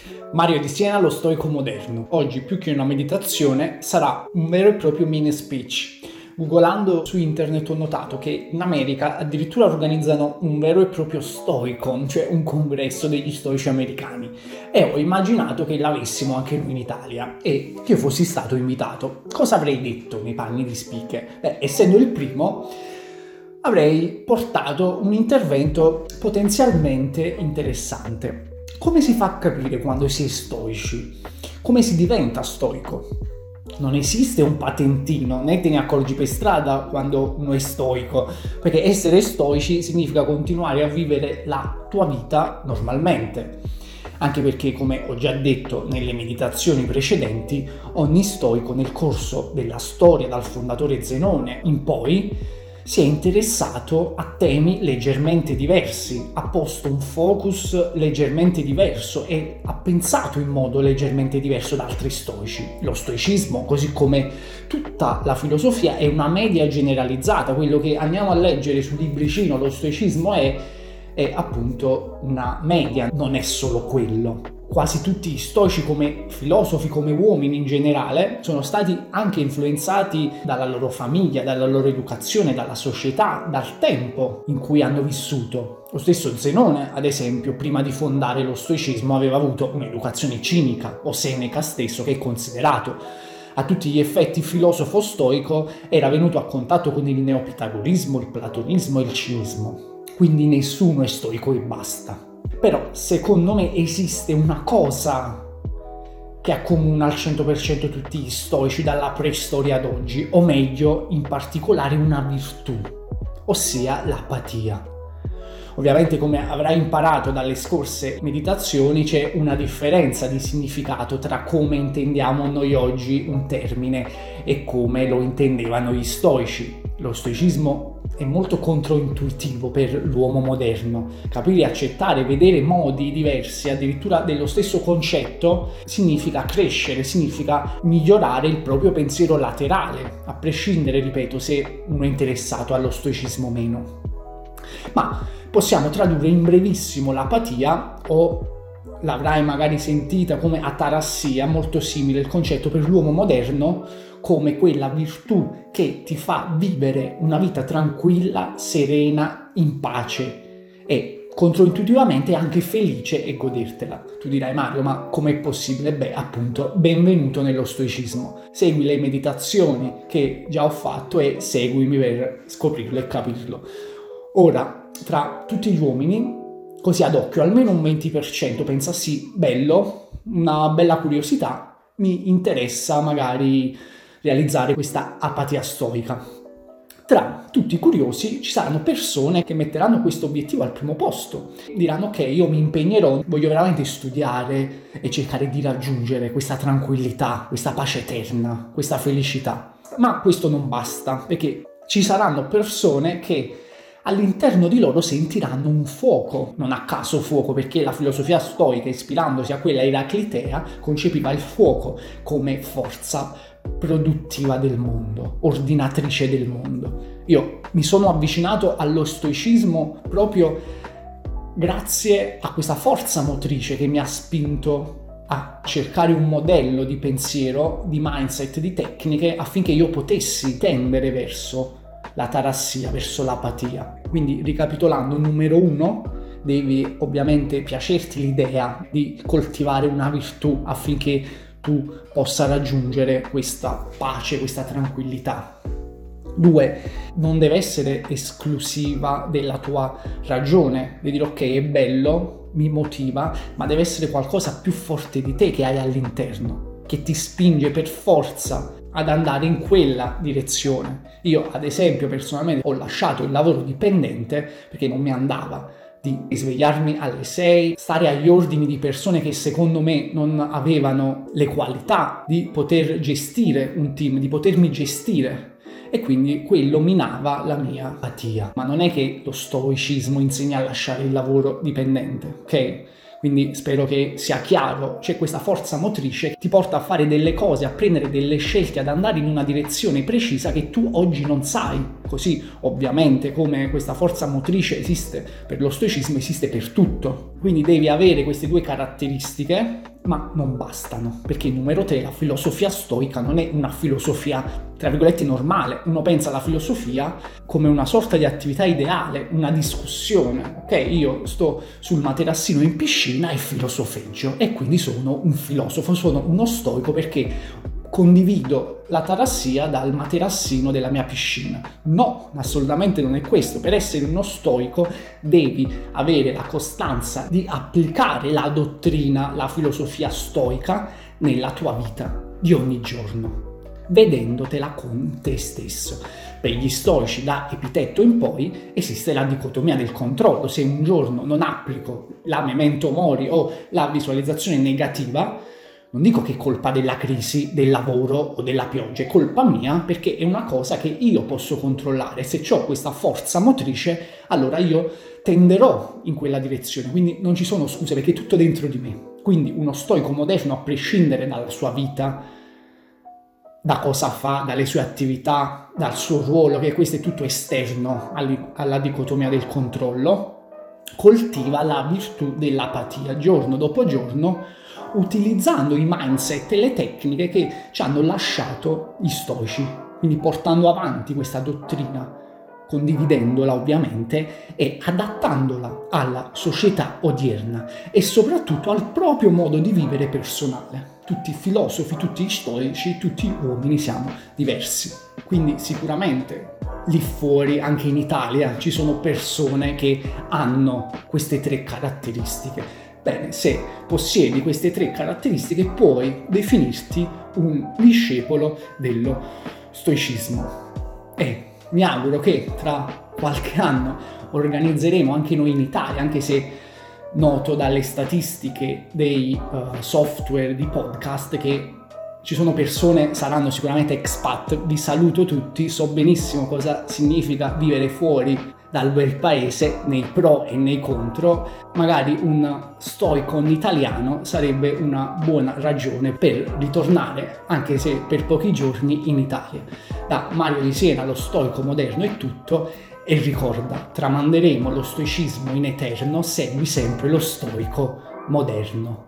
Mario Di Siena, lo stoico moderno. Oggi più che una meditazione sarà un vero e proprio mini speech. Googolando su internet ho notato che in America addirittura organizzano un vero e proprio stoicon, cioè un congresso degli stoici americani, e ho immaginato che l'avessimo anche noi in Italia e che fossi stato invitato. Cosa avrei detto nei panni di speaker? Essendo il primo, avrei portato un intervento potenzialmente interessante. Come si fa a capire quando si è stoici? Come si diventa stoico? Non esiste un patentino, né te ne accorgi per strada quando uno è stoico, perché essere stoici significa continuare a vivere la tua vita normalmente. Anche perché, come ho già detto nelle meditazioni precedenti, ogni stoico nel corso della storia, dal fondatore Zenone in poi, si è interessato a temi leggermente diversi, ha posto un focus leggermente diverso e ha pensato in modo leggermente diverso da altri stoici. Lo stoicismo, così come tutta la filosofia, è una media generalizzata. Quello che andiamo a leggere sul libricino, lo stoicismo è appunto una media, non è solo quello. Quasi tutti gli stoici, come filosofi, come uomini in generale, sono stati anche influenzati dalla loro famiglia, dalla loro educazione, dalla società, dal tempo in cui hanno vissuto. Lo stesso Zenone, ad esempio, prima di fondare lo stoicismo aveva avuto un'educazione cinica, o Seneca stesso, che è considerato a tutti gli effetti filosofo stoico, era venuto a contatto con il neopitagorismo, il platonismo e il cinismo. Quindi nessuno è stoico e basta. Però secondo me esiste una cosa che accomuna al 100% tutti gli stoici dalla preistoria ad oggi, o meglio, in particolare una virtù, ossia l'apatia. Ovviamente, come avrai imparato dalle scorse meditazioni, c'è una differenza di significato tra come intendiamo noi oggi un termine e come lo intendevano gli stoici. Lo stoicismo è molto controintuitivo per l'uomo moderno. Capire, accettare, vedere modi diversi, addirittura dello stesso concetto, significa crescere, significa migliorare il proprio pensiero laterale, a prescindere, ripeto, se uno è interessato allo stoicismo o meno. Ma possiamo tradurre in brevissimo l'apatia, o l'avrai magari sentita come atarassia, molto simile il concetto per l'uomo moderno, come quella virtù che ti fa vivere una vita tranquilla, serena, in pace e controintuitivamente anche felice e godertela. Tu dirai: Mario, ma com'è possibile? Beh, appunto, benvenuto nello stoicismo. Segui le meditazioni che già ho fatto e seguimi per scoprirlo e capirlo. Ora, tra tutti gli uomini, così ad occhio, almeno un 20% pensa: sì, bello, una bella curiosità, mi interessa magari realizzare questa apatia stoica. Tra tutti i curiosi ci saranno persone che metteranno questo obiettivo al primo posto. Diranno: ok, io mi impegnerò, voglio veramente studiare e cercare di raggiungere questa tranquillità, questa pace eterna, questa felicità. Ma questo non basta, perché ci saranno persone che all'interno di loro sentiranno un fuoco, non a caso fuoco, perché la filosofia stoica, ispirandosi a quella eraclitea, concepiva il fuoco come forza produttiva del mondo, ordinatrice del mondo. Io mi sono avvicinato allo stoicismo proprio grazie a questa forza motrice che mi ha spinto a cercare un modello di pensiero, di mindset, di tecniche affinché io potessi tendere verso l'atarassia, verso l'apatia. Quindi, ricapitolando, numero 1, devi ovviamente piacerti l'idea di coltivare una virtù affinché tu possa raggiungere questa pace, questa tranquillità. 2, non deve essere esclusiva della tua ragione, di dire: ok, è bello, mi motiva, ma deve essere qualcosa più forte di te che hai all'interno, che ti spinge per forza ad andare in quella direzione. Io, ad esempio, personalmente ho lasciato il lavoro dipendente perché non mi andava di svegliarmi alle 6, stare agli ordini di persone che secondo me non avevano le qualità di poter gestire un team, di potermi gestire, e quindi quello minava la mia apatia. Ma non è che lo stoicismo insegna a lasciare il lavoro dipendente, ok? Quindi spero che sia chiaro, c'è questa forza motrice che ti porta a fare delle cose, a prendere delle scelte, ad andare in una direzione precisa che tu oggi non sai. Così, ovviamente, come questa forza motrice esiste per lo stoicismo, esiste per tutto. Quindi devi avere queste due caratteristiche ma non bastano, perché numero 3, la filosofia stoica non è una filosofia, tra virgolette, normale. Uno pensa alla filosofia come una sorta di attività ideale, una discussione. Ok, io sto sul materassino in piscina e filosofeggio, e quindi sono un filosofo, sono uno stoico perché condivido la tarassia dal materassino della mia piscina. No, assolutamente non è questo. Per essere uno stoico devi avere la costanza di applicare la dottrina, la filosofia stoica nella tua vita di ogni giorno, vedendotela con te stesso. Per gli stoici, da Epitetto in poi, esiste la dicotomia del controllo. Se un giorno non applico la memento mori o la visualizzazione negativa, non dico che è colpa della crisi, del lavoro o della pioggia, è colpa mia, perché è una cosa che io posso controllare. Se ho questa forza motrice, allora io tenderò in quella direzione. Quindi non ci sono scuse, perché è tutto dentro di me. Quindi uno stoico moderno, a prescindere dalla sua vita, da cosa fa, dalle sue attività, dal suo ruolo, che questo è tutto esterno alla dicotomia del controllo, coltiva la virtù dell'apatia giorno dopo giorno, utilizzando i mindset e le tecniche che ci hanno lasciato gli stoici, quindi portando avanti questa dottrina, condividendola ovviamente e adattandola alla società odierna e soprattutto al proprio modo di vivere personale. Tutti i filosofi, tutti gli stoici, tutti gli uomini siamo diversi, quindi sicuramente lì fuori, anche in Italia, ci sono persone che hanno queste 3 caratteristiche. Bene, se possiedi queste 3 caratteristiche puoi definirti un discepolo dello stoicismo. E mi auguro che tra qualche anno organizzeremo anche noi in Italia, anche se noto dalle statistiche dei software di podcast che ci sono persone, saranno sicuramente expat, vi saluto tutti, so benissimo cosa significa vivere fuori dal bel paese, nei pro e nei contro. Magari un stoicon italiano sarebbe una buona ragione per ritornare, anche se per pochi giorni, in Italia. Da Mario Di Siena, lo stoico moderno è tutto, e ricorda, tramanderemo lo stoicismo in eterno, segui sempre lo stoico moderno.